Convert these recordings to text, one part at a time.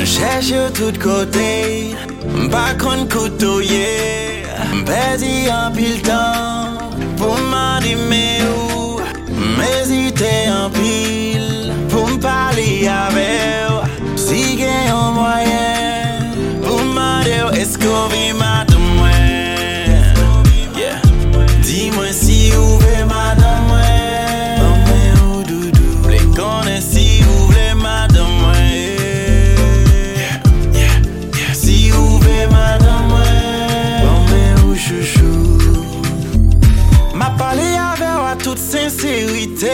cherche de tous côtés, pas qu'on couteauyer, perdu en pile temps, pour m'animer ou m'hésiter en pile, pour m'parler avec, si j'ai un moyen, pour m'aider, est-ce qu'on vit madame moi? Yeah. Dis-moi si vous voulez madame moi. Oh, doudou, les connais si vous voulez madame moi. Si vous voulez madame moi. Oh, chouchou. M'a parlé avec à toute sincérité.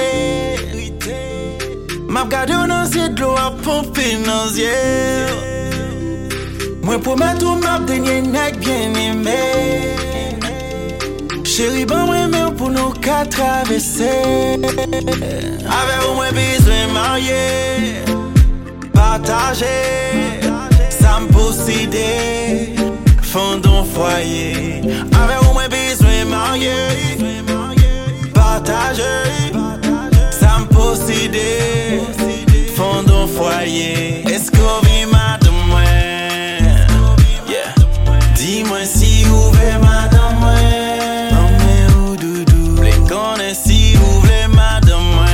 M'a gardé dans ses de l'eau à pomper dans les yeux. Moi promets tout m'a dernier nec bien aimé. Chérie, bon moi même pour nous qu'à traverser. Avec au moins besoin marier, partager, ça me posséder, fondons foyer. Avec au moins besoin marier, partager, ça me posséder, fondons foyer. Est-ce qu'on vit madame moi? Yeah. Dis-moi si vous voulez madame moi. Si vous voulez madame moi.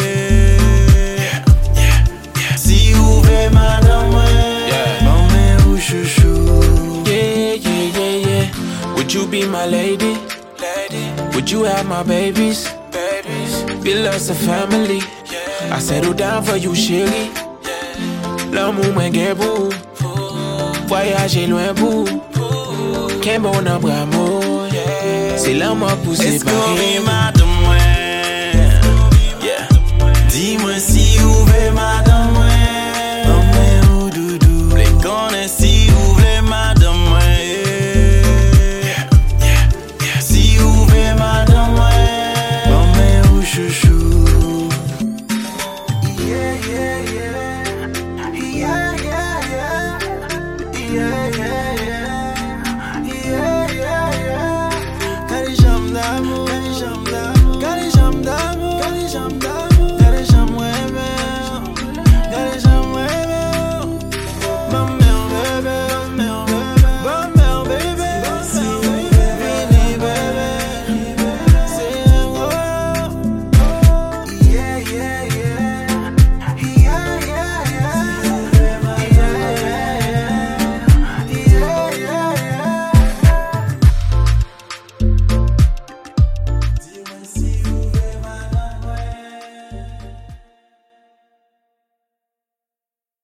Si vous voulez madame moi. Maman ou chouchou. Yeah. Would you be my lady? Would you have my babies? Build us a family. I settle down for you chérie. L'amour m'a guébou. Voyager loin bout. Qu'un bon amour. C'est l'amour pour séparer.